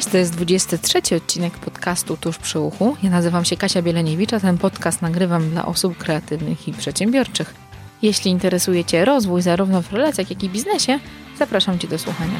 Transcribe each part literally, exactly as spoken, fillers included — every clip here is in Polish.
Cześć, to jest dwudziesty trzeci odcinek podcastu Tuż przy uchu. Ja nazywam się Kasia Bieleniewicz, a ten podcast nagrywam dla osób kreatywnych i przedsiębiorczych. Jeśli interesuje Cię rozwój zarówno w relacjach, jak i biznesie, zapraszam Cię do słuchania.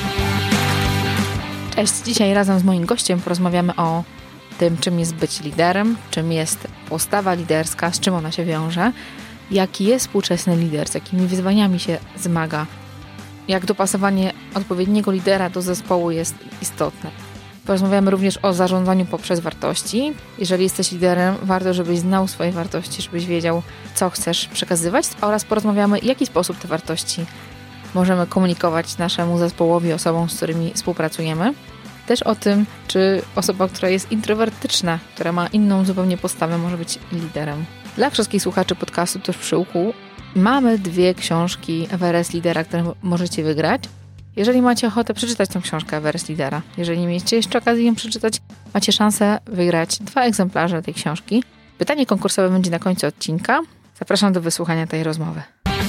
Cześć, dzisiaj razem z moim gościem porozmawiamy o tym, czym jest być liderem, czym jest postawa liderska, z czym ona się wiąże, jaki jest współczesny lider, z jakimi wyzwaniami się zmaga, jak dopasowanie odpowiedniego lidera do zespołu jest istotne. Porozmawiamy również o zarządzaniu poprzez wartości. Jeżeli jesteś liderem, warto, żebyś znał swoje wartości, żebyś wiedział, co chcesz przekazywać, oraz porozmawiamy, w jaki sposób te wartości możemy komunikować naszemu zespołowi, osobom, z którymi współpracujemy. Też o tym, czy osoba, która jest introwertyczna, która ma inną zupełnie postawę, może być liderem. Dla wszystkich słuchaczy podcastu Tuż przy uchu mamy dwie książki Everest Lidera, które możecie wygrać. Jeżeli macie ochotę przeczytać tę książkę Everest Lidera, jeżeli nie mieliście jeszcze okazji ją przeczytać, macie szansę wygrać dwa egzemplarze tej książki. Pytanie konkursowe będzie na końcu odcinka. Zapraszam do wysłuchania tej rozmowy.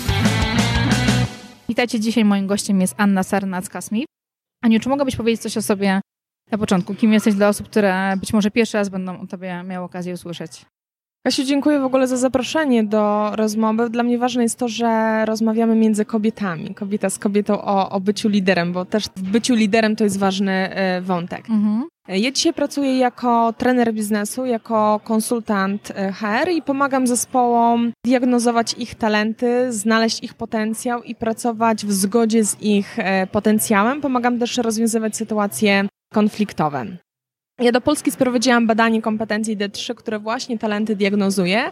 Witajcie, dzisiaj moim gościem jest Anna Sarnacka-Smith. Aniu, czy mogłabyś powiedzieć coś o sobie na początku? Kim jesteś dla osób, które być może pierwszy raz będą o tobie miały okazję usłyszeć? Kasiu, dziękuję w ogóle za zaproszenie do rozmowy. Dla mnie ważne jest to, że rozmawiamy między kobietami. Kobieta z kobietą o, o byciu liderem, bo też w byciu liderem to jest ważny y, wątek. Mhm. Ja dzisiaj pracuję jako trener biznesu, jako konsultant H R i pomagam zespołom diagnozować ich talenty, znaleźć ich potencjał i pracować w zgodzie z ich potencjałem. Pomagam też rozwiązywać sytuacje konfliktowe. Ja do Polski sprowadziłam badanie kompetencji D trzy, które właśnie talenty diagnozuje.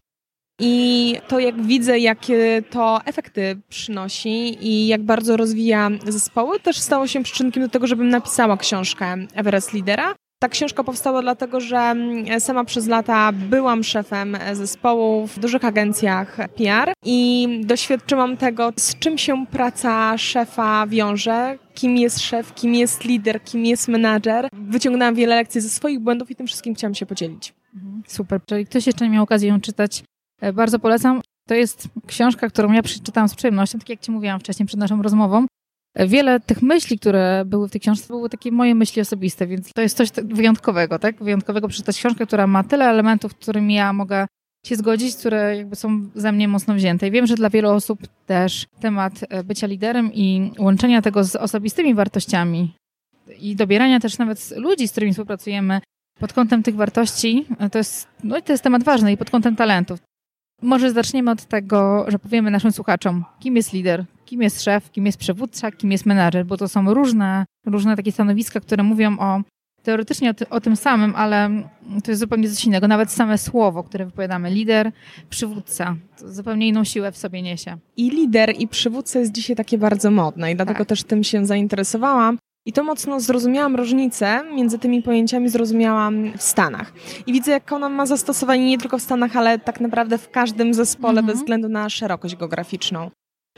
I to jak widzę, jakie to efekty przynosi i jak bardzo rozwija zespoły, też stało się przyczynkiem do tego, żebym napisała książkę Everest Lidera. Ta książka powstała dlatego, że sama przez lata byłam szefem zespołu w dużych agencjach P R i doświadczyłam tego, z czym się praca szefa wiąże, kim jest szef, kim jest lider, kim jest menadżer. Wyciągnęłam wiele lekcji ze swoich błędów i tym wszystkim chciałam się podzielić. Super. Jeżeli ktoś jeszcze nie miał okazji ją czytać, bardzo polecam. To jest książka, którą ja przeczytałam z przyjemnością, tak jak Ci mówiłam wcześniej przed naszą rozmową. Wiele tych myśli, które były w tej książce, były takie moje myśli osobiste, więc to jest coś wyjątkowego, tak? Wyjątkowego przeczytać książkę, która ma tyle elementów, którymi ja mogę się zgodzić, które jakby są ze mnie mocno wzięte. I wiem, że dla wielu osób też temat bycia liderem i łączenia tego z osobistymi wartościami i dobierania też nawet ludzi, z którymi współpracujemy pod kątem tych wartości, to jest, no, to jest temat ważny i pod kątem talentów. Może zaczniemy od tego, że powiemy naszym słuchaczom, kim jest lider, kim jest szef, kim jest przywódca, kim jest menadżer, bo to są różne, różne takie stanowiska, które mówią o teoretycznie o, ty, o tym samym, ale to jest zupełnie coś innego. Nawet same słowo, które wypowiadamy, lider, przywódca, to zupełnie inną siłę w sobie niesie. I lider, i przywódca jest dzisiaj takie bardzo modne i dlatego tak. też tym się zainteresowałam. I to mocno zrozumiałam różnicę między tymi pojęciami, zrozumiałam w Stanach. I widzę, jak ona ma zastosowanie nie tylko w Stanach, ale tak naprawdę w każdym zespole, mhm. bez względu na szerokość geograficzną.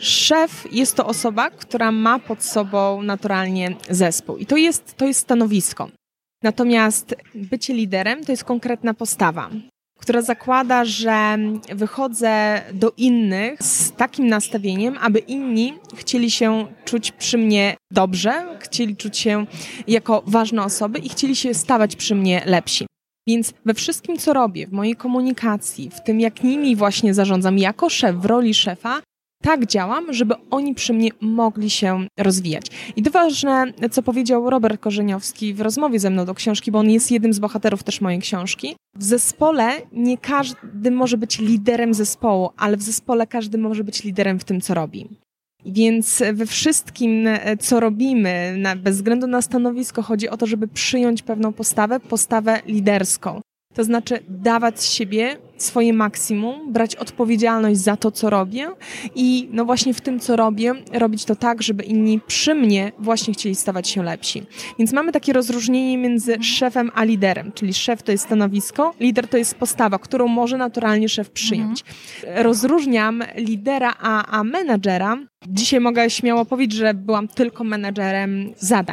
Szef jest to osoba, która ma pod sobą naturalnie zespół. I to jest, to jest stanowisko. Natomiast bycie liderem to jest konkretna postawa, która zakłada, że wychodzę do innych z takim nastawieniem, aby inni chcieli się czuć przy mnie dobrze, chcieli czuć się jako ważne osoby i chcieli się stawać przy mnie lepsi. Więc we wszystkim, co robię, w mojej komunikacji, w tym, jak nimi właśnie zarządzam jako szef, w roli szefa, tak działam, żeby oni przy mnie mogli się rozwijać. I to ważne, co powiedział Robert Korzeniowski w rozmowie ze mną do książki, bo on jest jednym z bohaterów też mojej książki. W zespole nie każdy może być liderem zespołu, ale w zespole każdy może być liderem w tym, co robi. Więc we wszystkim, co robimy, na, bez względu na stanowisko, chodzi o to, żeby przyjąć pewną postawę, postawę liderską. To znaczy dawać z siebie swoje maksimum, brać odpowiedzialność za to, co robię i no właśnie w tym, co robię, robić to tak, żeby inni przy mnie właśnie chcieli stawać się lepsi. Więc mamy takie rozróżnienie między szefem a liderem, czyli szef to jest stanowisko, lider to jest postawa, którą może naturalnie szef przyjąć. Mhm. Rozróżniam lidera a, a menadżera. Dzisiaj mogę śmiało powiedzieć, że byłam tylko menadżerem zadań.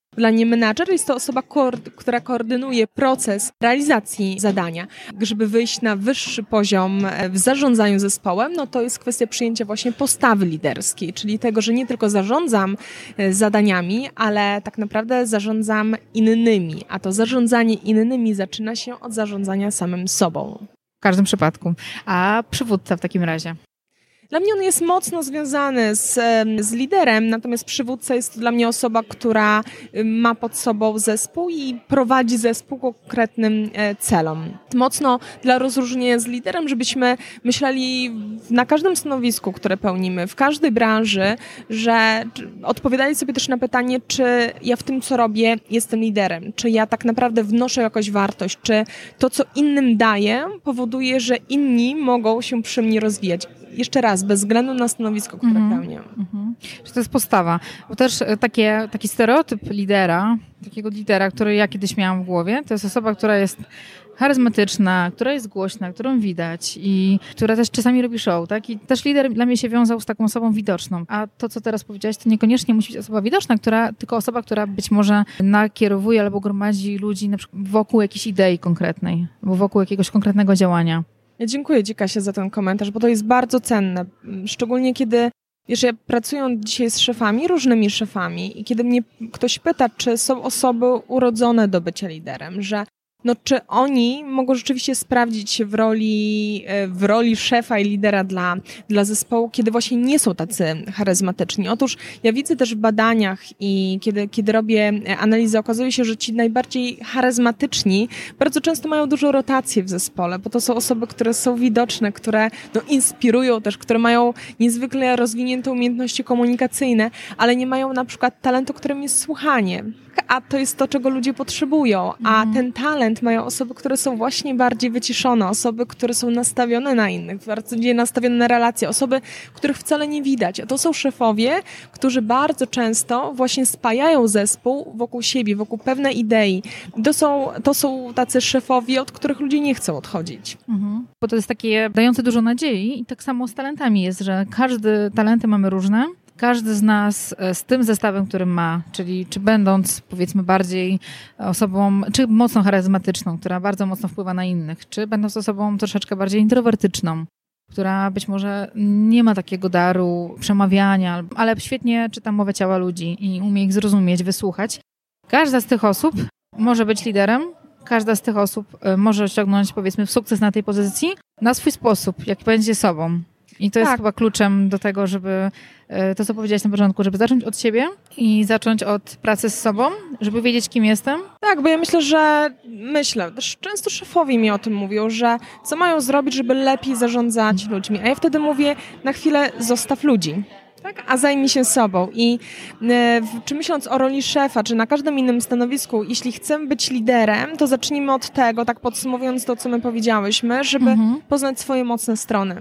Dla mnie menadżer jest to osoba, która koordynuje proces realizacji zadania. Żeby wyjść na wyższy poziom w zarządzaniu zespołem, no to jest kwestia przyjęcia właśnie postawy liderskiej, czyli tego, że nie tylko zarządzam zadaniami, ale tak naprawdę zarządzam innymi, a to zarządzanie innymi zaczyna się od zarządzania samym sobą. W każdym przypadku. A przywódca w takim razie? Dla mnie on jest mocno związany z, z liderem, natomiast przywódca jest to dla mnie osoba, która ma pod sobą zespół i prowadzi zespół ku konkretnym celom. Mocno dla rozróżnienia z liderem, żebyśmy myśleli na każdym stanowisku, które pełnimy, w każdej branży, że odpowiadali sobie też na pytanie, czy ja w tym, co robię, jestem liderem, czy ja tak naprawdę wnoszę jakąś wartość, czy to, co innym daję, powoduje, że inni mogą się przy mnie rozwijać. Jeszcze raz, bez względu na stanowisko, które mm-hmm. pełnię. Mm-hmm. Czy to jest postawa? Bo też takie, taki stereotyp lidera, takiego lidera, który ja kiedyś miałam w głowie, to jest osoba, która jest charyzmatyczna, która jest głośna, którą widać i która też czasami robi show, tak? I też lider dla mnie się wiązał z taką osobą widoczną. A to, co teraz powiedziałaś, to niekoniecznie musi być osoba widoczna, która, tylko osoba, która być może nakierowuje albo gromadzi ludzi na przykład wokół jakiejś idei konkretnej, albo wokół jakiegoś konkretnego działania. Ja dziękuję Ci, Kasia, za ten komentarz, bo to jest bardzo cenne. Szczególnie kiedy, wiesz, ja pracuję dzisiaj z szefami, różnymi szefami i kiedy mnie ktoś pyta, czy są osoby urodzone do bycia liderem, że no czy oni mogą rzeczywiście sprawdzić się w roli, w roli szefa i lidera dla, dla zespołu, kiedy właśnie nie są tacy charyzmatyczni. Otóż ja widzę też w badaniach i kiedy, kiedy robię analizę, okazuje się, że ci najbardziej charyzmatyczni bardzo często mają dużą rotację w zespole, bo to są osoby, które są widoczne, które no, inspirują też, które mają niezwykle rozwinięte umiejętności komunikacyjne, ale nie mają na przykład talentu, którym jest słuchanie. A to jest to, czego ludzie potrzebują. A mm. ten talent mają osoby, które są właśnie bardziej wyciszone, osoby, które są nastawione na innych, bardziej nastawione na relacje, osoby, których wcale nie widać. A to są szefowie, którzy bardzo często właśnie spajają zespół wokół siebie, wokół pewnej idei. To są, to są tacy szefowie, od których ludzie nie chcą odchodzić. Mhm. Bo to jest takie dające dużo nadziei i tak samo z talentami jest, że każdy, talenty mamy różne. Każdy z nas z tym zestawem, który ma, czyli czy będąc powiedzmy bardziej osobą, czy mocno charyzmatyczną, która bardzo mocno wpływa na innych, czy będąc osobą troszeczkę bardziej introwertyczną, która być może nie ma takiego daru przemawiania, ale świetnie czyta mowę ciała ludzi i umie ich zrozumieć, wysłuchać. Każda z tych osób może być liderem, każda z tych osób może osiągnąć powiedzmy sukces na tej pozycji na swój sposób, jak będzie sobą. I to jest tak. chyba kluczem do tego, żeby to, co powiedziałaś na początku, żeby zacząć od siebie i zacząć od pracy z sobą, żeby wiedzieć, kim jestem. Tak, bo ja myślę, że myślę, też często szefowie mi o tym mówią, że co mają zrobić, żeby lepiej zarządzać ludźmi. A ja wtedy mówię, na chwilę zostaw ludzi. Tak, a zajmij się sobą. I e, czy myśląc o roli szefa, czy na każdym innym stanowisku, jeśli chcemy być liderem, to zacznijmy od tego, tak podsumowując to, co my powiedziałyśmy, żeby mhm. poznać swoje mocne strony.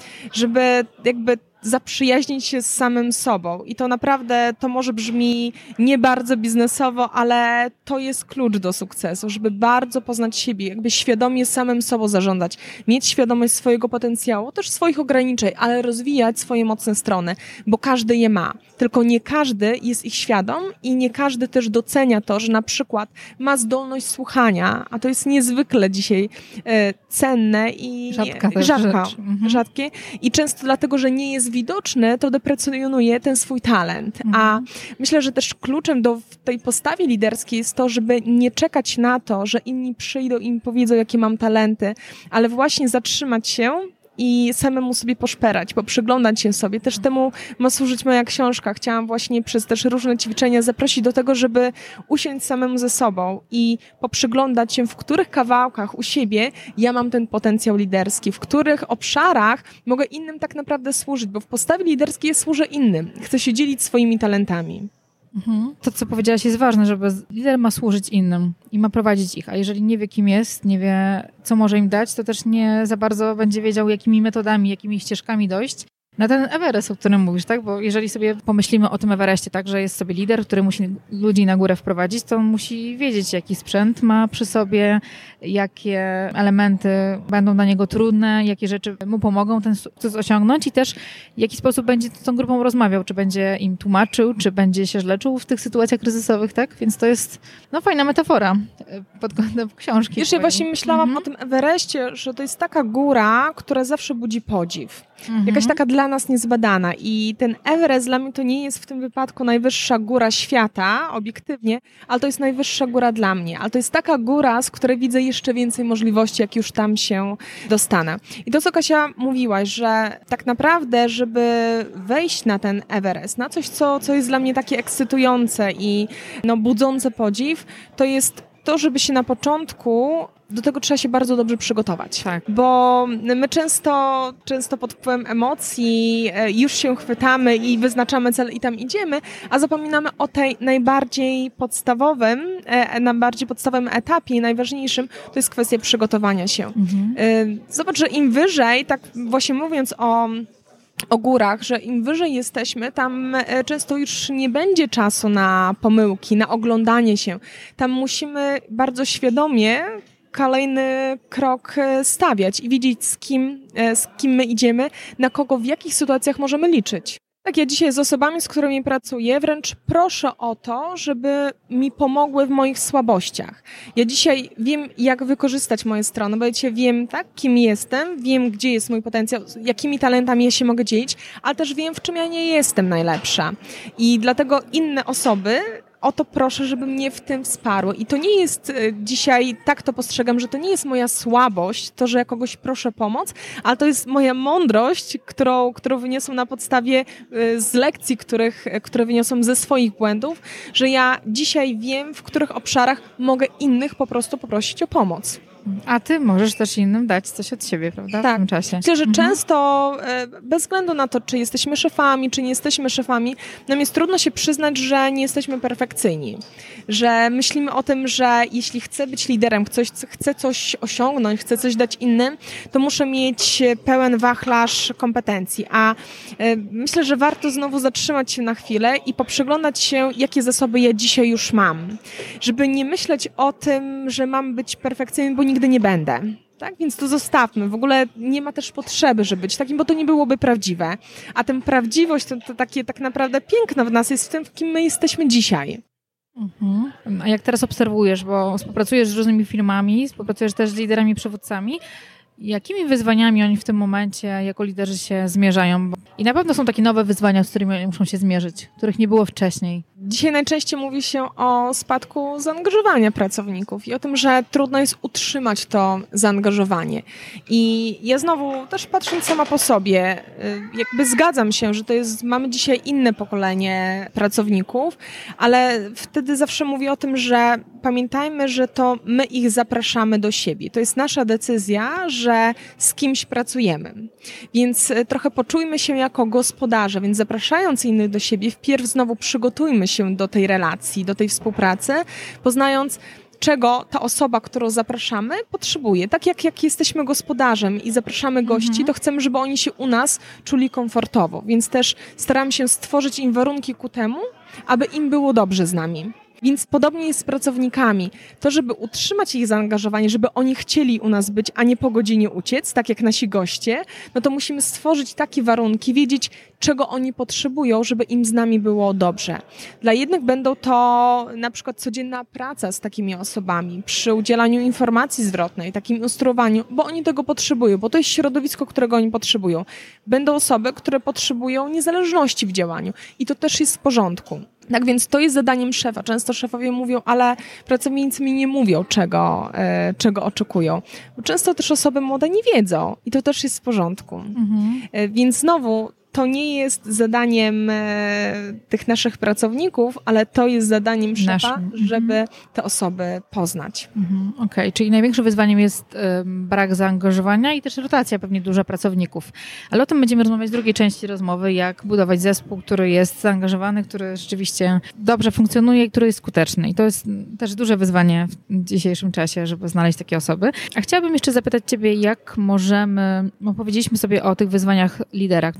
Żeby jakby zaprzyjaźnić się z samym sobą. I to naprawdę, to może brzmi nie bardzo biznesowo, ale to jest klucz do sukcesu, żeby bardzo poznać siebie, jakby świadomie samym sobą zarządzać. Mieć świadomość swojego potencjału, też swoich ograniczeń, ale rozwijać swoje mocne strony, bo każdy je ma. Tylko nie każdy jest ich świadom i nie każdy też docenia to, że na przykład ma zdolność słuchania, a to jest niezwykle dzisiaj e, cenne i Rzadka rzadka, mhm. rzadkie i często dlatego, że nie jest widoczny, to deprecjonuje ten swój talent. Mhm. A myślę, że też kluczem do tej postawie liderskiej jest to, żeby nie czekać na to, że inni przyjdą i mi powiedzą, jakie mam talenty, ale właśnie zatrzymać się i samemu sobie poszperać, poprzyglądać się sobie. Też temu ma służyć moja książka. Chciałam właśnie przez też różne ćwiczenia zaprosić do tego, żeby usiąść samemu ze sobą i poprzyglądać się, w których kawałkach u siebie ja mam ten potencjał liderski, w których obszarach mogę innym tak naprawdę służyć, bo w postawie liderskiej ja służę innym. Chcę się dzielić swoimi talentami. Mhm. To, co powiedziałaś, jest ważne, żeby lider ma służyć innym i ma prowadzić ich, a jeżeli nie wie, kim jest, nie wie, co może im dać, to też nie za bardzo będzie wiedział, jakimi metodami, jakimi ścieżkami dojść. Na ten Everest, o którym mówisz, tak? Bo jeżeli sobie pomyślimy o tym Everestie, tak, że jest sobie lider, który musi ludzi na górę wprowadzić, to on musi wiedzieć, jaki sprzęt ma przy sobie, jakie elementy będą dla niego trudne, jakie rzeczy mu pomogą ten sukces osiągnąć i też w jaki sposób będzie z tą grupą rozmawiał, czy będzie im tłumaczył, czy będzie się źle czuł w tych sytuacjach kryzysowych, tak? Więc to jest no fajna metafora pod kątem książki. Wiesz, ja właśnie myślałam mhm. o tym Everestie, że to jest taka góra, która zawsze budzi podziw. Mhm. Jakaś taka dla nas niezbadana i ten Everest dla mnie to nie jest w tym wypadku najwyższa góra świata, obiektywnie, ale to jest najwyższa góra dla mnie. Ale to jest taka góra, z której widzę jeszcze więcej możliwości, jak już tam się dostanę. I to, co Kasia mówiłaś, że tak naprawdę, żeby wejść na ten Everest, na coś, co, co jest dla mnie takie ekscytujące i no, budzące podziw, to jest to, żeby się na początku do tego trzeba się bardzo dobrze przygotować. Tak. Bo my często, często pod wpływem emocji już się chwytamy i wyznaczamy cel i tam idziemy, a zapominamy o tej najbardziej podstawowym, najbardziej podstawowym etapie i najważniejszym, to jest kwestia przygotowania się. Mhm. Zobacz, że im wyżej, tak właśnie mówiąc o o górach, że im wyżej jesteśmy, tam często już nie będzie czasu na pomyłki, na oglądanie się. Tam musimy bardzo świadomie kolejny krok stawiać i wiedzieć, z kim, z kim my idziemy, na kogo, w jakich sytuacjach możemy liczyć. Tak, ja dzisiaj z osobami, z którymi pracuję, wręcz proszę o to, żeby mi pomogły w moich słabościach. Ja dzisiaj wiem, jak wykorzystać moje strony, bo ja dzisiaj wiem, tak, kim jestem, wiem, gdzie jest mój potencjał, jakimi talentami ja się mogę dzielić, ale też wiem, w czym ja nie jestem najlepsza. I dlatego inne osoby o to proszę, żeby mnie w tym wsparły. I to nie jest dzisiaj, tak to postrzegam, że to nie jest moja słabość, to, że ja kogoś proszę pomoc, ale to jest moja mądrość, którą, którą wyniosłam na podstawie z lekcji, których, które wyniosłam ze swoich błędów, że ja dzisiaj wiem, w których obszarach mogę innych po prostu poprosić o pomoc. A ty możesz też innym dać coś od siebie, prawda? Tak. W tym czasie. Myślę, że mhm. często, bez względu na to, czy jesteśmy szefami, czy nie jesteśmy szefami, nam jest trudno się przyznać, że nie jesteśmy perfekcyjni. Że myślimy o tym, że jeśli chcę być liderem, chcę, chcę coś osiągnąć, chcę coś dać innym, to muszę mieć pełen wachlarz kompetencji. A myślę, że warto znowu zatrzymać się na chwilę i poprzyglądać się, jakie zasoby ja dzisiaj już mam. Żeby nie myśleć o tym, że mam być perfekcyjny, bo nigdy nie będę. Tak? Więc to zostawmy. W ogóle nie ma też potrzeby, żeby być takim, bo to nie byłoby prawdziwe. A tę prawdziwość, to, to takie tak naprawdę piękno w nas jest w tym, w kim my jesteśmy dzisiaj. Mhm. A jak teraz obserwujesz, bo współpracujesz z różnymi firmami, współpracujesz też z liderami, przywódcami, jakimi wyzwaniami oni w tym momencie jako liderzy się zmierzają? I na pewno są takie nowe wyzwania, z którymi oni muszą się zmierzyć, których nie było wcześniej. Dzisiaj najczęściej mówi się o spadku zaangażowania pracowników i o tym, że trudno jest utrzymać to zaangażowanie. I ja znowu też patrząc sama po sobie, jakby zgadzam się, że to jest, mamy dzisiaj inne pokolenie pracowników, ale wtedy zawsze mówię o tym, że pamiętajmy, że to my ich zapraszamy do siebie. To jest nasza decyzja, że z kimś pracujemy. Więc trochę poczujmy się jako gospodarze, więc zapraszając innych do siebie, wpierw znowu przygotujmy się do tej relacji, do tej współpracy, poznając, czego ta osoba, którą zapraszamy, potrzebuje. Tak jak, jak jesteśmy gospodarzem i zapraszamy gości, mhm. to chcemy, żeby oni się u nas czuli komfortowo. Więc też staramy się stworzyć im warunki ku temu, aby im było dobrze z nami. Więc podobnie jest z pracownikami. To, żeby utrzymać ich zaangażowanie, żeby oni chcieli u nas być, a nie po godzinie uciec, tak jak nasi goście, no to musimy stworzyć takie warunki, wiedzieć, czego oni potrzebują, żeby im z nami było dobrze. Dla jednych będą to na przykład codzienna praca z takimi osobami, przy udzielaniu informacji zwrotnej, takim instruowaniu, bo oni tego potrzebują, bo to jest środowisko, którego oni potrzebują. Będą osoby, które potrzebują niezależności w działaniu i to też jest w porządku. Tak więc to jest zadaniem szefa. Często szefowie mówią, ale pracownicy mi nie mówią, czego, e, czego oczekują. Bo często też osoby młode nie wiedzą i to też jest w porządku. Mhm. E, więc znowu to nie jest zadaniem e, tych naszych pracowników, ale to jest zadaniem szefa, Naszym. żeby mhm. te osoby poznać. Mhm. Okej, okay. Czyli największym wyzwaniem jest e, brak zaangażowania i też rotacja pewnie duża pracowników. Ale o tym będziemy rozmawiać w drugiej części rozmowy, jak budować zespół, który jest zaangażowany, który rzeczywiście dobrze funkcjonuje i który jest skuteczny. I to jest też duże wyzwanie w dzisiejszym czasie, żeby znaleźć takie osoby. A chciałabym jeszcze zapytać ciebie, jak możemy, bo powiedzieliśmy sobie o tych wyzwaniach lidera, ale też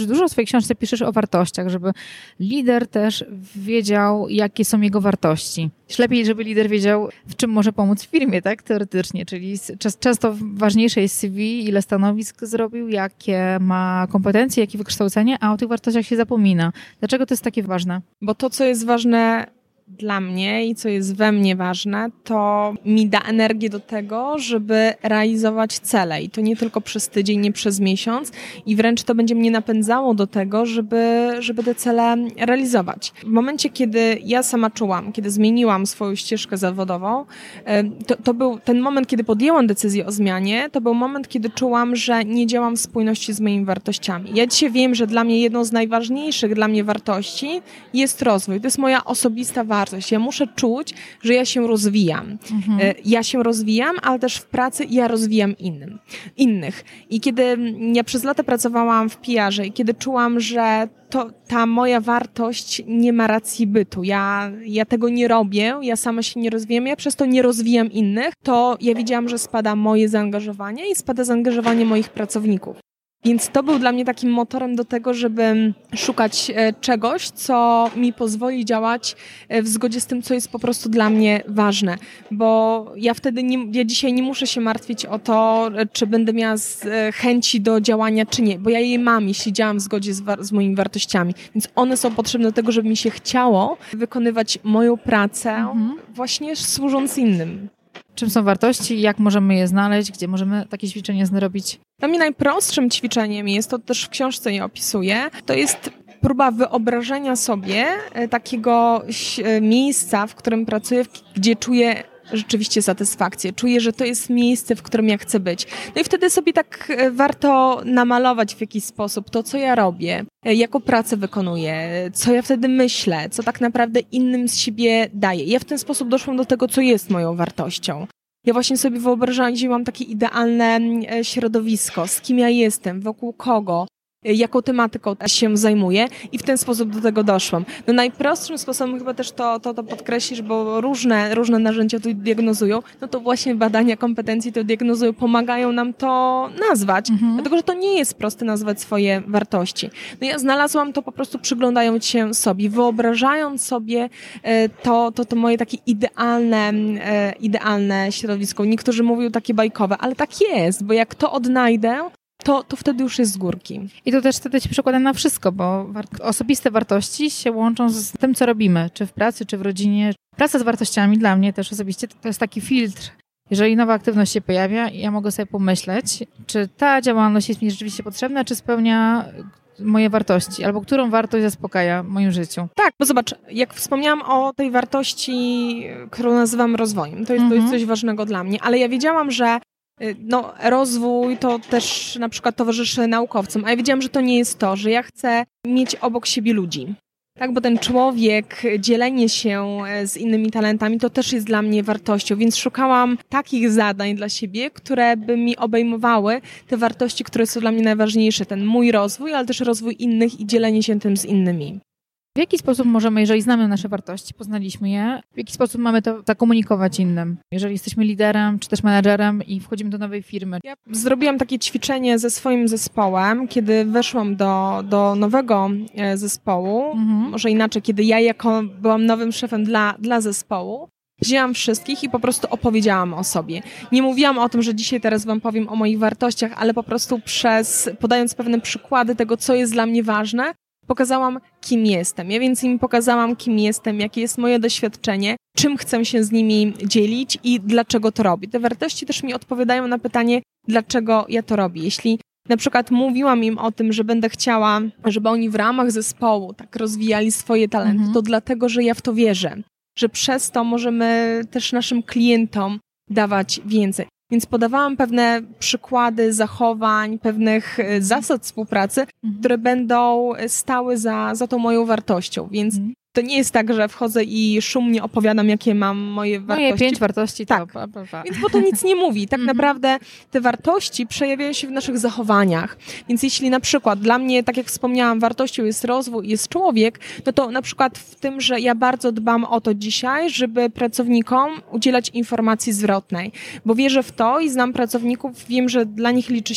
też dużo w swojej książce piszesz o wartościach, żeby lider też wiedział, jakie są jego wartości. Lepiej, żeby lider wiedział, w czym może pomóc w firmie, tak? Teoretycznie, czyli często ważniejsze jest C V, ile stanowisk zrobił, jakie ma kompetencje, jakie wykształcenie, a o tych wartościach się zapomina. Dlaczego to jest takie ważne? Bo to, co jest ważne dla mnie i co jest we mnie ważne, to mi da energię do tego, żeby realizować cele. I to nie tylko przez tydzień, nie przez miesiąc. I wręcz to będzie mnie napędzało do tego, żeby, żeby te cele realizować. W momencie, kiedy ja sama czułam, kiedy zmieniłam swoją ścieżkę zawodową, to, to był ten moment, kiedy podjęłam decyzję o zmianie, to był moment, kiedy czułam, że nie działam w spójności z moimi wartościami. Ja dzisiaj wiem, że dla mnie jedną z najważniejszych dla mnie wartości jest rozwój. To jest moja osobista wartość. Ja muszę czuć, że ja się rozwijam. Mhm. Ja się rozwijam, ale też w pracy ja rozwijam innym, innych. I kiedy ja przez lata pracowałam w P R ze i kiedy czułam, że to, ta moja wartość nie ma racji bytu, ja, ja tego nie robię, ja sama się nie rozwijam, ja przez to nie rozwijam innych, to ja widziałam, że spada moje zaangażowanie i spada zaangażowanie moich pracowników. Więc to był dla mnie takim motorem do tego, żeby szukać czegoś, co mi pozwoli działać w zgodzie z tym, co jest po prostu dla mnie ważne. Bo ja wtedy, nie, ja dzisiaj nie muszę się martwić o to, czy będę miała z, chęci do działania, czy nie. Bo ja je mam, jeśli działam w zgodzie z, wa- z moimi wartościami. Więc one są potrzebne do tego, żeby mi się chciało wykonywać moją pracę mhm. właśnie służąc innym. Czym są wartości, jak możemy je znaleźć, gdzie możemy takie ćwiczenia zrobić? Dla mnie najprostszym ćwiczeniem jest, to też w książce je opisuję, to jest próba wyobrażenia sobie takiego miejsca, w którym pracuję, gdzie czuję rzeczywiście satysfakcję. Czuję, że to jest miejsce, w którym ja chcę być. No i wtedy sobie tak warto namalować w jakiś sposób to, co ja robię, jaką pracę wykonuję, co ja wtedy myślę, co tak naprawdę innym z siebie daję. Ja w ten sposób doszłam do tego, co jest moją wartością. Ja właśnie sobie wyobrażałam, że mam takie idealne środowisko, z kim ja jestem, wokół kogo, jaką tematyką się zajmuję i w ten sposób do tego doszłam. No najprostszym sposobem chyba też to, to, to podkreślisz, bo różne, różne narzędzia to diagnozują, no to właśnie badania kompetencji to diagnozują, pomagają nam to nazwać, mhm. dlatego, że to nie jest proste nazwać swoje wartości. No ja znalazłam to po prostu przyglądając się sobie, wyobrażając sobie to, to, to moje takie idealne, idealne środowisko. Niektórzy mówią takie bajkowe, ale tak jest, bo jak to odnajdę, To, to wtedy już jest z górki. I to też wtedy się przekłada na wszystko, bo war- osobiste wartości się łączą z tym, co robimy, czy w pracy, czy w rodzinie. Praca z wartościami dla mnie też osobiście to jest taki filtr. Jeżeli nowa aktywność się pojawia, ja mogę sobie pomyśleć, czy ta działalność jest mi rzeczywiście potrzebna, czy spełnia moje wartości, albo którą wartość zaspokaja w moim życiu. Tak, bo zobacz, jak wspomniałam o tej wartości, którą nazywam rozwojem, to jest, mhm. to jest coś ważnego dla mnie, ale ja wiedziałam, że no, rozwój to też na przykład towarzyszy naukowcom, a ja wiedziałam, że to nie jest to, że ja chcę mieć obok siebie ludzi. Tak, bo ten człowiek, dzielenie się z innymi talentami, to też jest dla mnie wartością, więc szukałam takich zadań dla siebie, które by mi obejmowały te wartości, które są dla mnie najważniejsze, ten mój rozwój, ale też rozwój innych i dzielenie się tym z innymi. W jaki sposób możemy, jeżeli znamy nasze wartości, poznaliśmy je, w jaki sposób mamy to zakomunikować innym? Jeżeli jesteśmy liderem, czy też menadżerem i wchodzimy do nowej firmy. Ja zrobiłam takie ćwiczenie ze swoim zespołem, kiedy weszłam do, do nowego zespołu, mhm. może inaczej, kiedy ja jako byłam nowym szefem dla, dla zespołu, wzięłam wszystkich i po prostu opowiedziałam o sobie. Nie mówiłam o tym, że dzisiaj teraz wam powiem o moich wartościach, ale po prostu przez, podając pewne przykłady tego, co jest dla mnie ważne, pokazałam, kim jestem. Ja więc im pokazałam, kim jestem, jakie jest moje doświadczenie, czym chcę się z nimi dzielić i dlaczego to robię. Te wartości też mi odpowiadają na pytanie, dlaczego ja to robię. Jeśli na przykład mówiłam im o tym, że będę chciała, żeby oni w ramach zespołu tak rozwijali swoje talenty, mhm. to dlatego, że ja w to wierzę. Że przez to możemy też naszym klientom dawać więcej. Więc podawałam pewne przykłady zachowań, pewnych zasad współpracy, mhm. które będą stały za, za tą moją wartością. Więc mhm. to nie jest tak, że wchodzę i szumnie opowiadam, jakie mam moje wartości. Moje pięć wartości. Tak, to, pa, pa, pa. Więc bo to nic nie mówi. Tak mhm. naprawdę te wartości przejawiają się w naszych zachowaniach. Więc jeśli na przykład dla mnie, tak jak wspomniałam, wartością jest rozwój, jest człowiek, no to na przykład w tym, że ja bardzo dbam o to dzisiaj, żeby pracownikom udzielać informacji zwrotnej. Bo wierzę w to i znam pracowników, wiem, że dla nich liczy się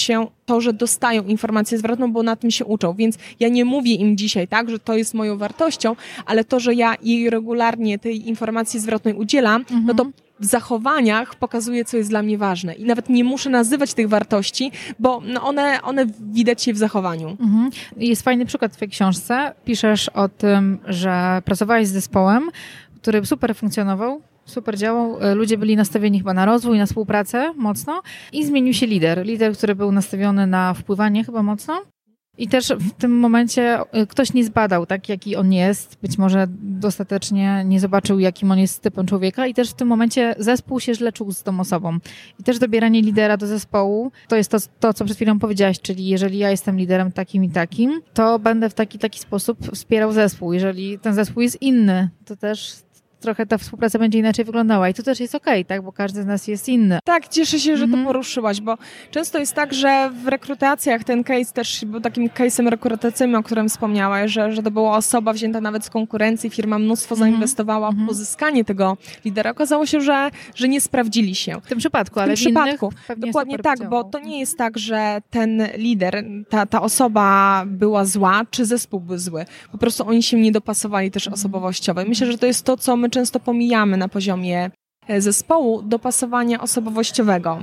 to, że dostają informację zwrotną, bo na tym się uczą. Więc ja nie mówię im dzisiaj, tak, że to jest moją wartością, ale to, że ja jej regularnie tej informacji zwrotnej udzielam, mhm. no to w zachowaniach pokazuje, co jest dla mnie ważne. I nawet nie muszę nazywać tych wartości, bo no one, one widać je w zachowaniu. Mhm. Jest fajny przykład w twojej książce. Piszesz o tym, że pracowałeś z zespołem, który super funkcjonował, super działał. Ludzie byli nastawieni chyba na rozwój, na współpracę mocno i zmienił się lider. Lider, który był nastawiony na wpływanie chyba mocno. I też w tym momencie ktoś nie zbadał, tak, jaki on jest. Być może dostatecznie nie zobaczył, jakim on jest typem człowieka. I też w tym momencie zespół się źle czuł z tą osobą. I też dobieranie lidera do zespołu, to jest to, to, co przed chwilą powiedziałaś, czyli jeżeli ja jestem liderem takim i takim, to będę w taki taki sposób wspierał zespół. Jeżeli ten zespół jest inny, to też trochę ta współpraca będzie inaczej wyglądała. I to też jest okej, tak? Bo każdy z nas jest inny. Tak, cieszę się, że mhm. to poruszyłaś, bo często jest tak, że w rekrutacjach ten case też był takim case'em rekrutacyjnym, o którym wspomniałaś, że, że to była osoba wzięta nawet z konkurencji, firma mnóstwo mhm. zainwestowała w pozyskanie tego lidera. Okazało się, że, że nie sprawdzili się. W tym przypadku, ale w tym przypadku. Dokładnie tak, bo to nie jest tak, że ten lider, ta, ta osoba była zła, czy zespół był zły. Po prostu oni się nie dopasowali też osobowościowo. I myślę, że to jest to, co my często pomijamy na poziomie zespołu, dopasowania osobowościowego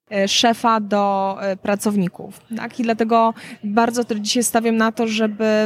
szefa do pracowników. Tak? I dlatego bardzo też dzisiaj stawiam na to, żeby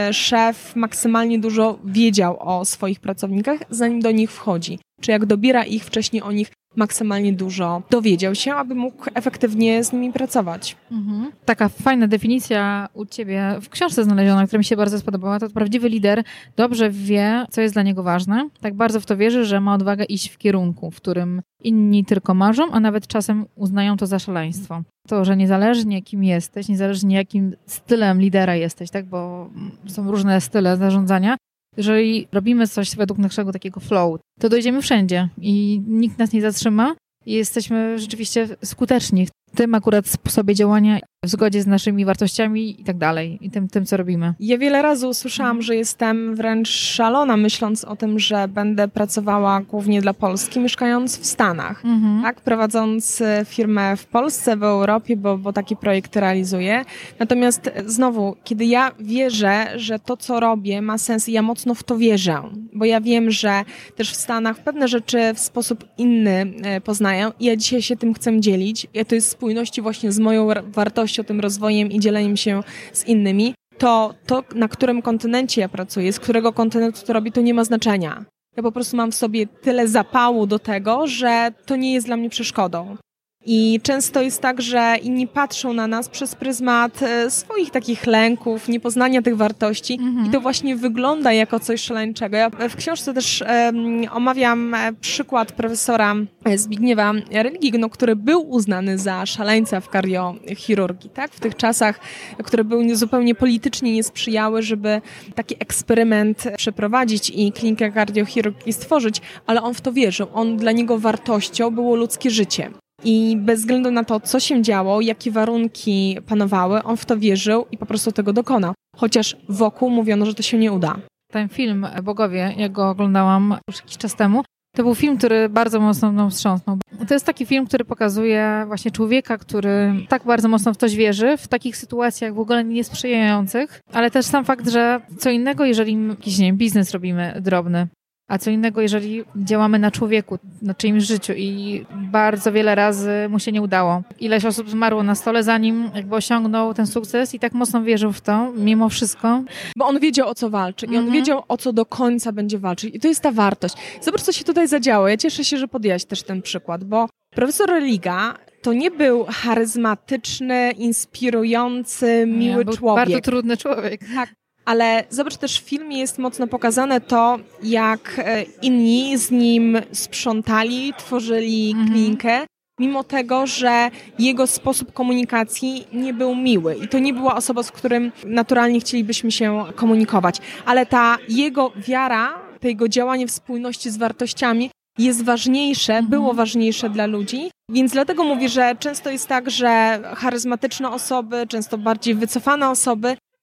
szef maksymalnie dużo wiedział o swoich pracownikach, zanim do nich wchodzi. Czy jak dobiera ich, wcześniej o nich maksymalnie dużo dowiedział się, aby mógł efektywnie z nimi pracować. Mhm. Taka fajna definicja u ciebie w książce znaleziona, która mi się bardzo spodobała, to prawdziwy lider dobrze wie, co jest dla niego ważne. Tak bardzo w to wierzy, że ma odwagę iść w kierunku, w którym inni tylko marzą, a nawet czasem uznają to za szaleństwo. To, że niezależnie kim jesteś, niezależnie jakim stylem lidera jesteś, tak, bo są różne style zarządzania, jeżeli robimy coś według naszego takiego flow, to dojdziemy wszędzie i nikt nas nie zatrzyma i jesteśmy rzeczywiście skuteczni w tym akurat sposobie działania, w zgodzie z naszymi wartościami i tak dalej, i tym, tym co robimy. Ja wiele razy usłyszałam, że jestem wręcz szalona, myśląc o tym, że będę pracowała głównie dla Polski, mieszkając w Stanach, mhm. tak, prowadząc firmę w Polsce, w Europie, bo, bo taki projekt realizuję. Natomiast znowu, kiedy ja wierzę, że to, co robię, ma sens i ja mocno w to wierzę, bo ja wiem, że też w Stanach pewne rzeczy w sposób inny poznaję i ja dzisiaj się tym chcę dzielić. Ja to jest spójności właśnie z moją wartością, tym rozwojem i dzieleniem się z innymi, to to, na którym kontynencie ja pracuję, z którego kontynentu to robię, to nie ma znaczenia. Ja po prostu mam w sobie tyle zapału do tego, że to nie jest dla mnie przeszkodą. I często jest tak, że inni patrzą na nas przez pryzmat swoich takich lęków, niepoznania tych wartości mhm. i to właśnie wygląda jako coś szaleńczego. Ja w książce też um, omawiam przykład profesora Zbigniewa Religii, no, który był uznany za szaleńca w kardiochirurgii, tak? W tych czasach, które były zupełnie politycznie nie sprzyjały, żeby taki eksperyment przeprowadzić i klinikę kardiochirurgii stworzyć, ale on w to wierzył. On, dla niego wartością było ludzkie życie. I bez względu na to, co się działo, jakie warunki panowały, on w to wierzył i po prostu tego dokonał. Chociaż wokół mówiono, że to się nie uda. Ten film Bogowie, jak go oglądałam już jakiś czas temu, to był film, który bardzo mocno mną wstrząsnął. To jest taki film, który pokazuje właśnie człowieka, który tak bardzo mocno w coś wierzy, w takich sytuacjach w ogóle niesprzyjających, ale też sam fakt, że co innego, jeżeli jakiś, nie wiem, biznes robimy drobny, a co innego, jeżeli działamy na człowieku, na czyimś życiu i bardzo wiele razy mu się nie udało. Ileś osób zmarło na stole, zanim jakby osiągnął ten sukces i tak mocno wierzył w to, mimo wszystko. Bo on wiedział, o co walczy i on mhm. wiedział, o co do końca będzie walczyć. I to jest ta wartość. Zobacz, co się tutaj zadziało. Ja cieszę się, że podjęłaś też ten przykład, bo profesor Religa to nie był charyzmatyczny, inspirujący, miły nie, był człowiek. Bardzo trudny człowiek. Tak. Ale zobacz, też w filmie jest mocno pokazane to, jak inni z nim sprzątali, tworzyli mhm. klinikę, mimo tego, że jego sposób komunikacji nie był miły. I to nie była osoba, z którym naturalnie chcielibyśmy się komunikować. Ale ta jego wiara, to jego działanie w spójności z wartościami jest ważniejsze, mhm. było ważniejsze dla ludzi. Więc dlatego mówię, że często jest tak, że charyzmatyczne osoby, często bardziej wycofane osoby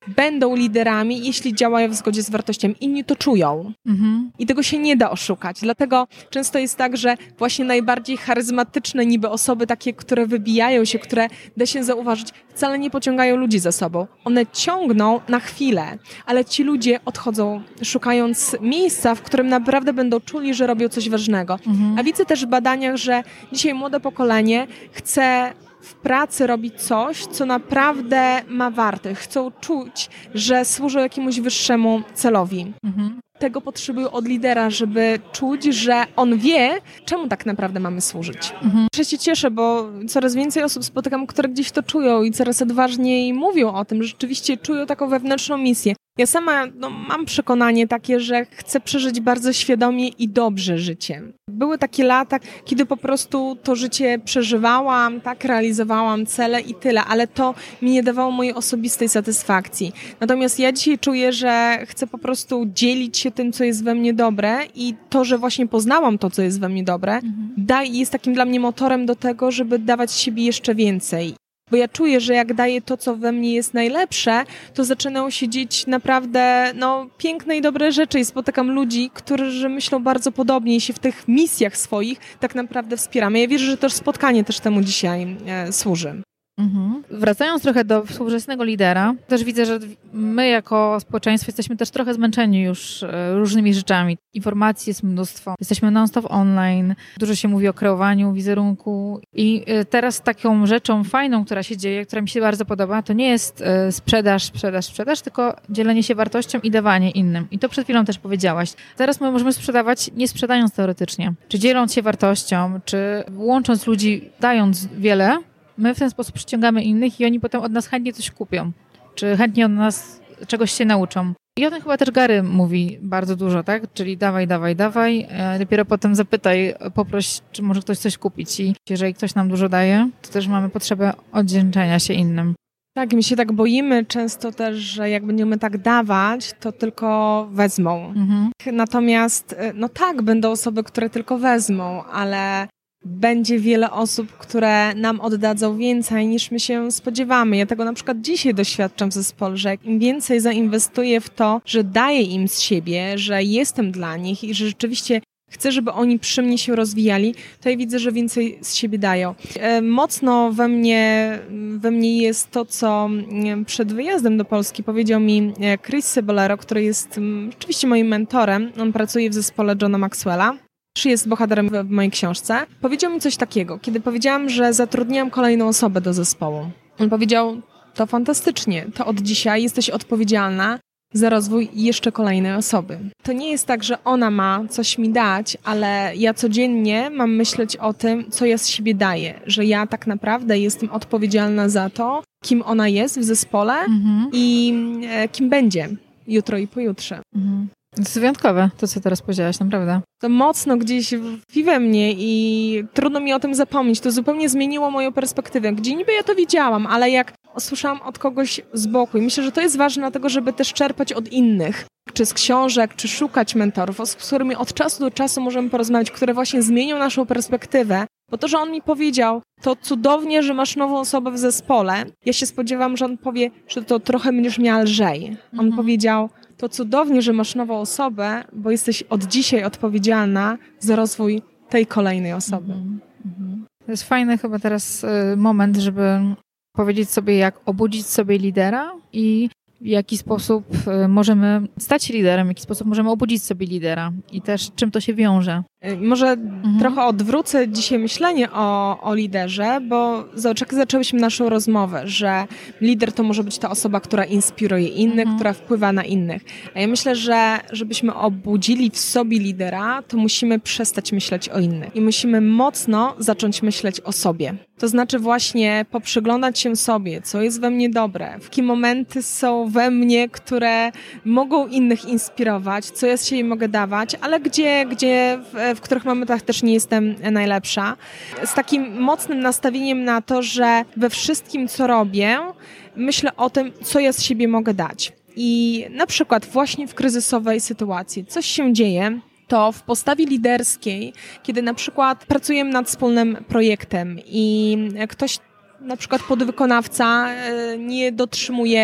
będą liderami, jeśli działają w zgodzie z wartościami. Inni to czują. Mhm. I tego się nie da oszukać. Dlatego często jest tak, że właśnie najbardziej charyzmatyczne niby osoby, takie, które wybijają się, które da się zauważyć, wcale nie pociągają ludzi za sobą. One ciągną na chwilę, ale ci ludzie odchodzą, szukając miejsca, w którym naprawdę będą czuli, że robią coś ważnego. Mhm. A widzę też w badaniach, że dzisiaj młode pokolenie chce w pracy robić coś, co naprawdę ma wartość. Chcą czuć, że służą jakiemuś wyższemu celowi. Mhm. Tego potrzebują od lidera, żeby czuć, że on wie, czemu tak naprawdę mamy służyć. Mhm. Ja się cieszę, bo coraz więcej osób spotykam, które gdzieś to czują i coraz odważniej mówią o tym, że rzeczywiście czują taką wewnętrzną misję. Ja sama no, mam przekonanie takie, że chcę przeżyć bardzo świadomie i dobrze życie. Były takie lata, kiedy po prostu to życie przeżywałam, tak, realizowałam cele i tyle, ale to mi nie dawało mojej osobistej satysfakcji. Natomiast ja dzisiaj czuję, że chcę po prostu dzielić się tym, co jest we mnie dobre i to, że właśnie poznałam to, co jest we mnie dobre, mhm. da, jest takim dla mnie motorem do tego, żeby dawać z siebie jeszcze więcej. Bo ja czuję, że jak daję to, co we mnie jest najlepsze, to zaczynają się dzieć naprawdę no, piękne i dobre rzeczy i spotykam ludzi, którzy myślą bardzo podobnie i się w tych misjach swoich tak naprawdę wspieramy. Ja wierzę, że też spotkanie też temu dzisiaj e, służy. Mhm. Wracając trochę do współczesnego lidera, też widzę, że my jako społeczeństwo jesteśmy też trochę zmęczeni już różnymi rzeczami. Informacji jest mnóstwo, jesteśmy non-stop online, dużo się mówi o kreowaniu wizerunku i teraz taką rzeczą fajną, która się dzieje, która mi się bardzo podoba, to nie jest sprzedaż, sprzedaż, sprzedaż, tylko dzielenie się wartością i dawanie innym. I to przed chwilą też powiedziałaś. Teraz my możemy sprzedawać nie sprzedając teoretycznie, czy dzieląc się wartością, czy łącząc ludzi, dając wiele. My w ten sposób przyciągamy innych i oni potem od nas chętnie coś kupią, czy chętnie od nas czegoś się nauczą. I o tym chyba też Gary mówi bardzo dużo, tak? Czyli dawaj, dawaj, dawaj, dopiero potem zapytaj, poproś, czy może ktoś coś kupić. I jeżeli ktoś nam dużo daje, to też mamy potrzebę oddzięczenia się innym. Tak, my się tak boimy często też, że jak będziemy tak dawać, to tylko wezmą. Mhm. Natomiast, no tak, będą osoby, które tylko wezmą, ale będzie wiele osób, które nam oddadzą więcej niż my się spodziewamy. Ja tego na przykład dzisiaj doświadczam w zespole, że jak im więcej zainwestuję w to, że daję im z siebie, że jestem dla nich i że rzeczywiście chcę, żeby oni przy mnie się rozwijali, to ja widzę, że więcej z siebie dają. Mocno we mnie, we mnie jest to, co przed wyjazdem do Polski powiedział mi Chris Cebollero, który jest oczywiście moim mentorem. On pracuje w zespole Johna Maxwella. Jest bohaterem w mojej książce. Powiedział mi coś takiego, kiedy powiedziałam, że zatrudniłam kolejną osobę do zespołu. On powiedział, to fantastycznie, to od dzisiaj jesteś odpowiedzialna za rozwój jeszcze kolejnej osoby. To nie jest tak, że ona ma coś mi dać, ale ja codziennie mam myśleć o tym, co ja z siebie daję, że ja tak naprawdę jestem odpowiedzialna za to, kim ona jest w zespole mhm. i e, kim będzie jutro i pojutrze. Mhm. To jest wyjątkowe, to co teraz powiedziałaś, naprawdę. To mocno gdzieś tkwi we mnie i trudno mi o tym zapomnieć. To zupełnie zmieniło moją perspektywę, gdzie niby ja to widziałam, ale jak usłyszałam od kogoś z boku i myślę, że to jest ważne dlatego, żeby też czerpać od innych, czy z książek, czy szukać mentorów, z którymi od czasu do czasu możemy porozmawiać, które właśnie zmienią naszą perspektywę. Bo to, że on mi powiedział, to cudownie, że masz nową osobę w zespole. Ja się spodziewam, że on powie, że to trochę będziesz miała lżej. On mhm. powiedział, to cudownie, że masz nową osobę, bo jesteś od dzisiaj odpowiedzialna za rozwój tej kolejnej osoby. Mhm. Mhm. To jest fajny chyba teraz y, moment, żeby powiedzieć sobie, jak obudzić sobie lidera i w jaki sposób y, możemy stać się liderem, w jaki sposób możemy obudzić sobie lidera i też czym to się wiąże. Może mhm. trochę odwrócę dzisiaj myślenie o, o liderze, bo za, zaczęłyśmy naszą rozmowę, że lider to może być ta osoba, która inspiruje innych, mhm. która wpływa na innych. A ja myślę, że żebyśmy obudzili w sobie lidera, to musimy przestać myśleć o innych i musimy mocno zacząć myśleć o sobie. To znaczy właśnie poprzyglądać się sobie, co jest we mnie dobre, jakie momenty są we mnie, które mogą innych inspirować, co ja z siebie mogę dawać, ale gdzie, gdzie w, w których momentach też nie jestem najlepsza. Z takim mocnym nastawieniem na to, że we wszystkim, co robię, myślę o tym, co ja z siebie mogę dać. I na przykład właśnie w kryzysowej sytuacji coś się dzieje, to w postawie liderskiej, kiedy na przykład pracujemy nad wspólnym projektem i ktoś, na przykład podwykonawca, nie dotrzymuje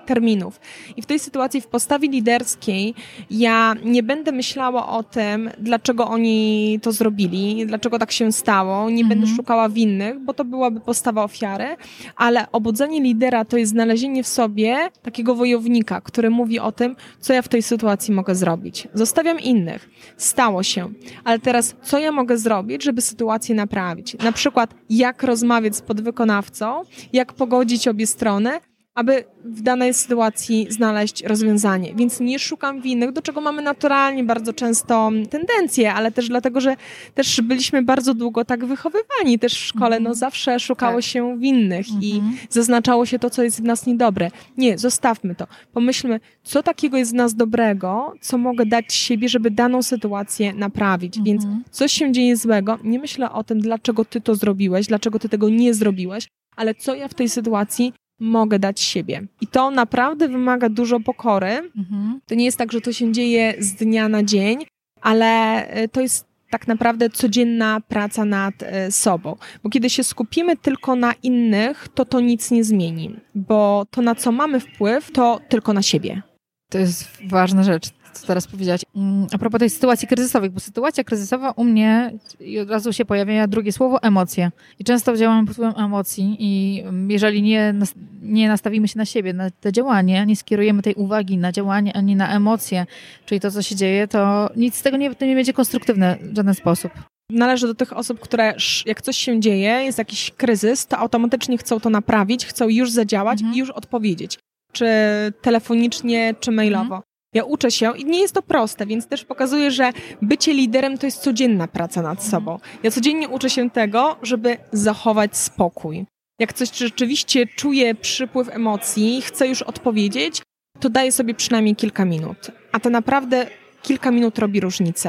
terminów. I w tej sytuacji, w postawie liderskiej, ja nie będę myślała o tym, dlaczego oni to zrobili, dlaczego tak się stało, nie mhm. będę szukała winnych, bo to byłaby postawa ofiary, ale obudzenie lidera to jest znalezienie w sobie takiego wojownika, który mówi o tym, co ja w tej sytuacji mogę zrobić. Zostawiam innych. Stało się. Ale teraz, co ja mogę zrobić, żeby sytuację naprawić? Na przykład, jak rozmawiać z podwykonawcą, jak pogodzić obie strony, aby w danej sytuacji znaleźć rozwiązanie. Więc nie szukam winnych, do czego mamy naturalnie bardzo często tendencje, ale też dlatego, że też byliśmy bardzo długo tak wychowywani też w szkole, no zawsze szukało tak. się winnych mm-hmm. i zaznaczało się to, co jest w nas niedobre. Nie, zostawmy to. Pomyślmy, co takiego jest w nas dobrego, co mogę dać siebie, żeby daną sytuację naprawić. Mm-hmm. Więc coś się dzieje złego, nie myślę o tym, dlaczego ty to zrobiłeś, dlaczego ty tego nie zrobiłeś, ale co ja w tej sytuacji mogę dać siebie. I to naprawdę wymaga dużo pokory. Mhm. To nie jest tak, że to się dzieje z dnia na dzień, ale to jest tak naprawdę codzienna praca nad sobą. Bo kiedy się skupimy tylko na innych, to to nic nie zmieni. Bo to, na co mamy wpływ, to tylko na siebie. To jest ważna rzecz, co teraz powiedziałaś. A propos tej sytuacji kryzysowej, bo sytuacja kryzysowa u mnie i od razu się pojawia drugie słowo, emocje. I często działamy pod wpływem emocji i jeżeli nie, nie nastawimy się na siebie, na to działanie, nie skierujemy tej uwagi na działanie, ani na emocje, czyli to, co się dzieje, to nic z tego nie, to nie będzie konstruktywne w żaden sposób. Należy do tych osób, które jak coś się dzieje, jest jakiś kryzys, to automatycznie chcą to naprawić, chcą już zadziałać mhm. i już odpowiedzieć. Czy telefonicznie, czy mailowo. Mhm. Ja uczę się i nie jest to proste, więc też pokazuję, że bycie liderem to jest codzienna praca nad sobą. Ja codziennie uczę się tego, żeby zachować spokój. Jak coś rzeczywiście czuję przypływ emocji, chcę już odpowiedzieć, to daję sobie przynajmniej kilka minut. A to naprawdę kilka minut robi różnicę.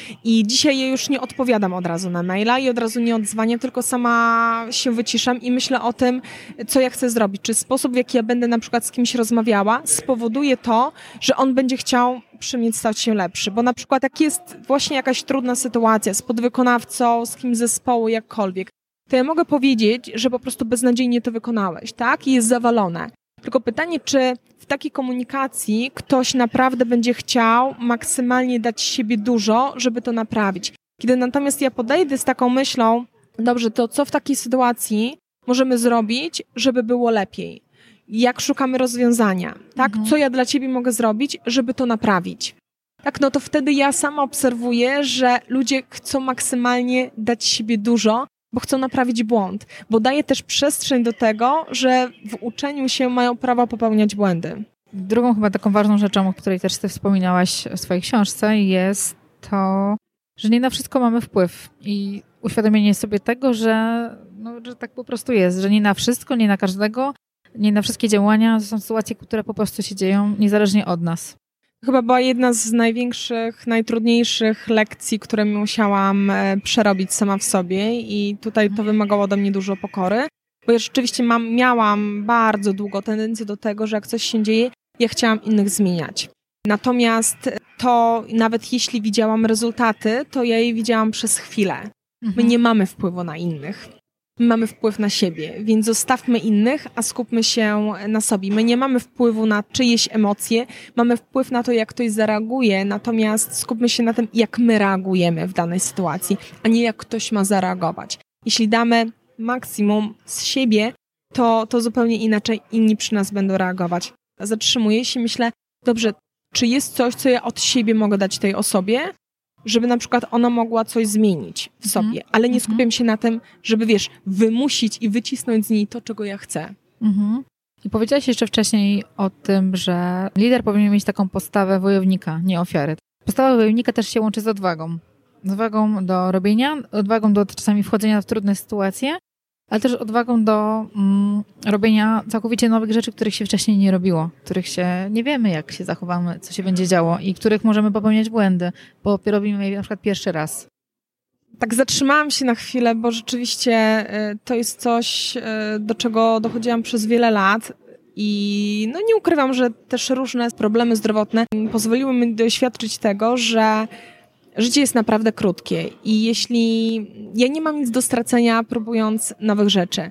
I dzisiaj ja już nie odpowiadam od razu na maila i od razu nie odzwaniam, tylko sama się wyciszam i myślę o tym, co ja chcę zrobić. Czy sposób, w jaki ja będę na przykład z kimś rozmawiała, spowoduje to, że on będzie chciał przy mnie stać się lepszy. Bo na przykład jak jest właśnie jakaś trudna sytuacja z podwykonawcą, z kimś z zespołu, jakkolwiek, to ja mogę powiedzieć, że po prostu beznadziejnie to wykonałeś, tak? I jest zawalone. Tylko pytanie, czy w takiej komunikacji ktoś naprawdę będzie chciał maksymalnie dać siebie dużo, żeby to naprawić. Kiedy natomiast ja podejdę z taką myślą, dobrze, to co w takiej sytuacji możemy zrobić, żeby było lepiej? Jak szukamy rozwiązania? Tak? Mhm. Co ja dla ciebie mogę zrobić, żeby to naprawić? Tak, no to wtedy ja sama obserwuję, że ludzie chcą maksymalnie dać siebie dużo, bo chcą naprawić błąd, bo daje też przestrzeń do tego, że w uczeniu się mają prawo popełniać błędy. Drugą chyba taką ważną rzeczą, o której też ty wspominałaś w swojej książce, jest to, że nie na wszystko mamy wpływ i uświadomienie sobie tego, że, no, że tak po prostu jest, że nie na wszystko, nie na każdego, nie na wszystkie działania są sytuacje, które po prostu się dzieją niezależnie od nas. Chyba była jedna z największych, najtrudniejszych lekcji, które musiałam przerobić sama w sobie i tutaj to wymagało ode mnie dużo pokory, bo ja rzeczywiście mam, miałam bardzo długo tendencję do tego, że jak coś się dzieje, ja chciałam innych zmieniać. Natomiast to nawet jeśli widziałam rezultaty, to ja je widziałam przez chwilę. My nie mamy wpływu na innych. My mamy wpływ na siebie, więc zostawmy innych, a skupmy się na sobie. My nie mamy wpływu na czyjeś emocje, mamy wpływ na to, jak ktoś zareaguje, natomiast skupmy się na tym, jak my reagujemy w danej sytuacji, a nie jak ktoś ma zareagować. Jeśli damy maksimum z siebie, to, to zupełnie inaczej inni przy nas będą reagować. Zatrzymuję się i myślę, dobrze, czy jest coś, co ja od siebie mogę dać tej osobie, żeby na przykład ona mogła coś zmienić w sobie, mm-hmm. ale nie skupiam się na tym, żeby, wiesz, wymusić i wycisnąć z niej to, czego ja chcę. Mm-hmm. I powiedziałaś jeszcze wcześniej o tym, że lider powinien mieć taką postawę wojownika, nie ofiary. Postawa wojownika też się łączy z odwagą. Z odwagą do robienia, odwagą do czasami wchodzenia w trudne sytuacje, ale też odwagą do mm, robienia całkowicie nowych rzeczy, których się wcześniej nie robiło, których się nie wiemy, jak się zachowamy, co się będzie działo i których możemy popełniać błędy, bo robimy je na przykład pierwszy raz. Tak zatrzymałam się na chwilę, bo rzeczywiście y, to jest coś, y, do czego dochodziłam przez wiele lat i no nie ukrywam, że też różne problemy zdrowotne pozwoliły mi doświadczyć tego, że życie jest naprawdę krótkie i jeśli ja nie mam nic do stracenia próbując nowych rzeczy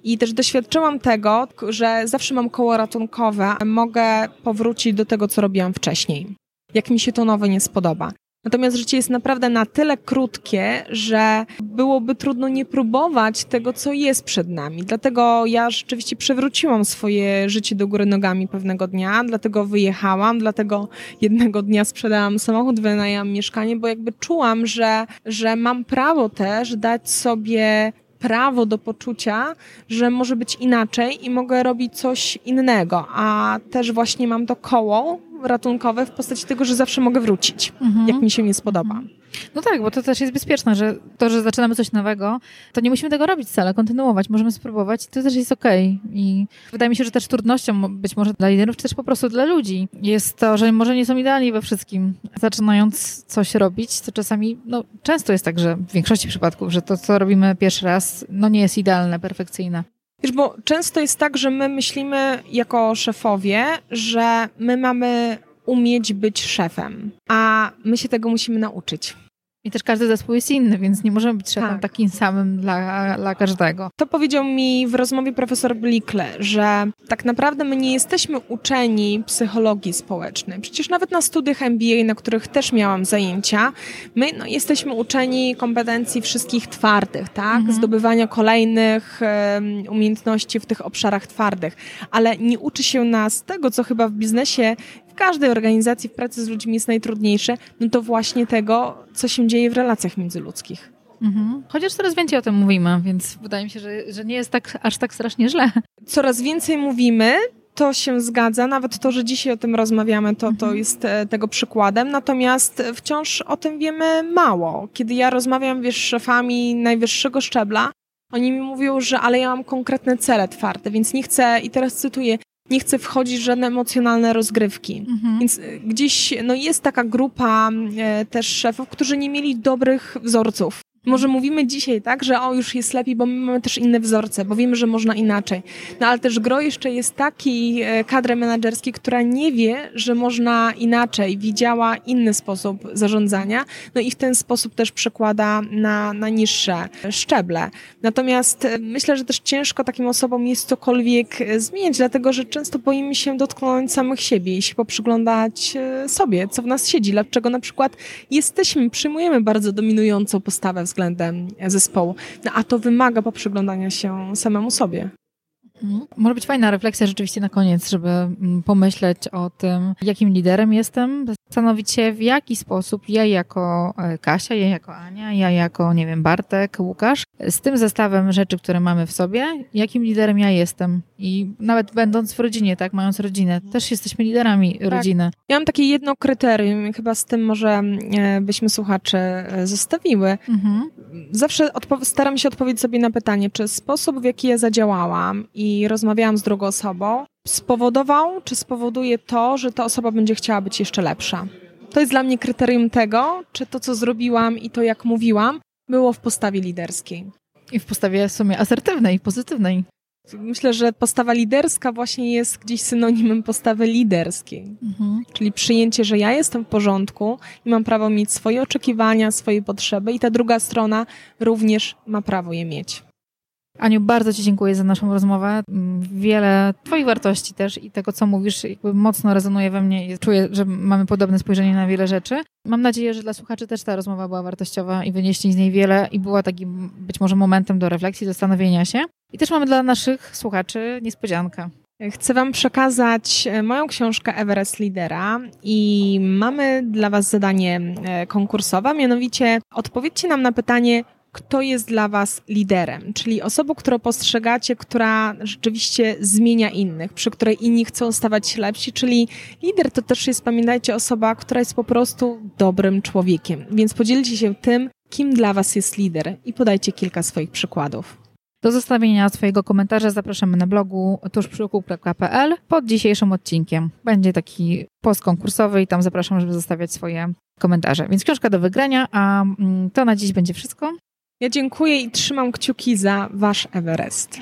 I też doświadczyłam tego, że zawsze mam koło ratunkowe, mogę powrócić do tego, co robiłam wcześniej, jak mi się to nowe nie spodoba. Natomiast życie jest naprawdę na tyle krótkie, że byłoby trudno nie próbować tego, co jest przed nami. Dlatego ja rzeczywiście przewróciłam swoje życie do góry nogami pewnego dnia, dlatego wyjechałam, dlatego jednego dnia sprzedałam samochód, wynajęłam mieszkanie, bo jakby czułam, że, że mam prawo też dać sobie prawo do poczucia, że może być inaczej i mogę robić coś innego, a też właśnie mam to koło ratunkowe w postaci tego, że zawsze mogę wrócić, mhm. jak mi się nie spodoba. No tak, bo to też jest bezpieczne, że to, że zaczynamy coś nowego, to nie musimy tego robić wcale, kontynuować, możemy spróbować i to też jest okej. I wydaje mi się, że też trudnością być może dla liderów, czy też po prostu dla ludzi jest to, że może nie są idealni we wszystkim. Zaczynając coś robić, to czasami, no często jest tak, że w większości przypadków, że to, co robimy pierwszy raz, no nie jest idealne, perfekcyjne. Wiesz, bo często jest tak, że my myślimy jako szefowie, że my mamy umieć być szefem, a my się tego musimy nauczyć. I też każdy zespół jest inny, więc nie możemy być szefem tak. takim samym dla, dla każdego. To powiedział mi w rozmowie profesor Blikle, że tak naprawdę my nie jesteśmy uczeni psychologii społecznej. Przecież nawet na studiach M B A, na których też miałam zajęcia, my no, jesteśmy uczeni kompetencji wszystkich twardych, tak? Mhm. Zdobywania kolejnych um, umiejętności w tych obszarach twardych. Ale nie uczy się nas tego, co chyba w biznesie, w każdej organizacji, w pracy z ludźmi jest najtrudniejsze, no to właśnie tego, co się dzieje w relacjach międzyludzkich. Mhm. Chociaż coraz więcej o tym mówimy, więc wydaje mi się, że, że nie jest tak, aż tak strasznie źle. Coraz więcej mówimy, to się zgadza. Nawet to, że dzisiaj o tym rozmawiamy, to, to jest tego przykładem. Natomiast wciąż o tym wiemy mało. Kiedy ja rozmawiam, wiesz, z szefami najwyższego szczebla, oni mi mówią, że ale ja mam konkretne cele twarde, więc nie chcę, i teraz cytuję, nie chcę wchodzić w żadne emocjonalne rozgrywki. Mhm. Więc gdzieś no jest taka grupa e, też szefów, którzy nie mieli dobrych wzorców. Może mówimy dzisiaj, tak, że o, już jest lepiej, bo my mamy też inne wzorce, bo wiemy, że można inaczej. No ale też gro jeszcze jest taki e, kadry menedżerskiej, która nie wie, że można inaczej, widziała inny sposób zarządzania, no i w ten sposób też przekłada na, na niższe szczeble. Natomiast e, myślę, że też ciężko takim osobom jest cokolwiek e, zmieniać, dlatego, że często boimy się dotknąć samych siebie i się poprzyglądać e, sobie, co w nas siedzi, dlaczego na przykład jesteśmy, przyjmujemy bardzo dominującą postawę względem zespołu. No, a to wymaga poprzyglądania się samemu sobie. Mhm. Może być fajna refleksja rzeczywiście na koniec, żeby pomyśleć o tym, jakim liderem jestem, zastanowić się, w jaki sposób ja jako Kasia, ja jako Ania, ja jako, nie wiem, Bartek, Łukasz, z tym zestawem rzeczy, które mamy w sobie, jakim liderem ja jestem. I nawet będąc w rodzinie, tak, mając rodzinę, też jesteśmy liderami tak. rodziny. Ja mam takie jedno kryterium, chyba z tym może byśmy słuchaczy zostawiły. Mhm. Zawsze odpo- staram się odpowiedzieć sobie na pytanie, czy sposób, w jaki ja zadziałałam i rozmawiałam z drugą osobą, spowodował, czy spowoduje to, że ta osoba będzie chciała być jeszcze lepsza. To jest dla mnie kryterium tego, czy to, co zrobiłam i to, jak mówiłam, było w postawie liderskiej. I w postawie w sumie asertywnej, pozytywnej. Myślę, że postawa liderska właśnie jest gdzieś synonimem postawy liderskiej. Mhm. Czyli przyjęcie, że ja jestem w porządku i mam prawo mieć swoje oczekiwania, swoje potrzeby i ta druga strona również ma prawo je mieć. Aniu, bardzo Ci dziękuję za naszą rozmowę. Wiele Twoich wartości też i tego, co mówisz, jakby mocno rezonuje we mnie. Czuję, że mamy podobne spojrzenie na wiele rzeczy. Mam nadzieję, że dla słuchaczy też ta rozmowa była wartościowa i wynieśli z niej wiele i była takim być może momentem do refleksji, zastanowienia się. I też mamy dla naszych słuchaczy niespodziankę. Chcę Wam przekazać moją książkę Everest Lidera i mamy dla Was zadanie konkursowe, mianowicie odpowiedzcie nam na pytanie, kto jest dla Was liderem, czyli osobą, którą postrzegacie, która rzeczywiście zmienia innych, przy której inni chcą stawać się lepsi, czyli lider to też jest, pamiętajcie, osoba, która jest po prostu dobrym człowiekiem, więc podzielcie się tym, kim dla Was jest lider i podajcie kilka swoich przykładów. Do zostawienia swojego komentarza zapraszamy na blogu tużprzykół kropka p l pod dzisiejszym odcinkiem. Będzie taki post konkursowy i tam zapraszam, żeby zostawiać swoje komentarze. Więc książka do wygrania, a to na dziś będzie wszystko. Ja dziękuję i trzymam kciuki za Wasz Everest.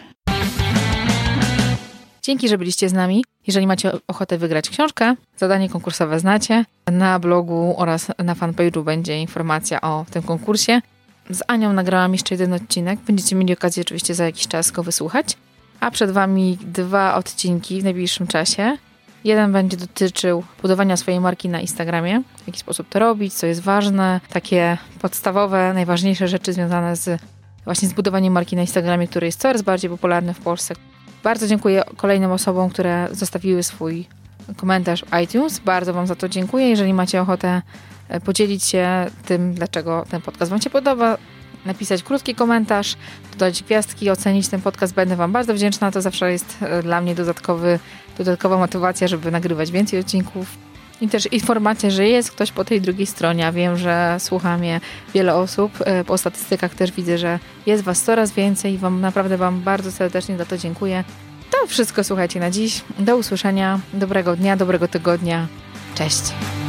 Dzięki, że byliście z nami. Jeżeli macie ochotę wygrać książkę, zadanie konkursowe znacie. Na blogu oraz na fanpage'u będzie informacja o tym konkursie. Z Anią nagrałam jeszcze jeden odcinek. Będziecie mieli okazję oczywiście za jakiś czas go wysłuchać. a przed Wami dwa odcinki w najbliższym czasie. Jeden będzie dotyczył budowania swojej marki na Instagramie, w jaki sposób to robić, co jest ważne, takie podstawowe, najważniejsze rzeczy związane z właśnie z budowaniem marki na Instagramie, który jest coraz bardziej popularny w Polsce. Bardzo dziękuję kolejnym osobom, które zostawiły swój komentarz w iTunes. Bardzo Wam za to dziękuję. Jeżeli macie ochotę podzielić się tym, dlaczego ten podcast Wam się podoba, napisać krótki komentarz, dodać gwiazdki, ocenić ten podcast, będę Wam bardzo wdzięczna. To zawsze jest dla mnie dodatkowy, dodatkowa motywacja, żeby nagrywać więcej odcinków. I też informacja, że jest ktoś po tej drugiej stronie, a wiem, że słucha mnie wiele osób. Po statystykach też widzę, że jest Was coraz więcej i Wam naprawdę Wam bardzo serdecznie za to dziękuję. To wszystko, słuchajcie, na dziś. Do usłyszenia, dobrego dnia, dobrego tygodnia. Cześć!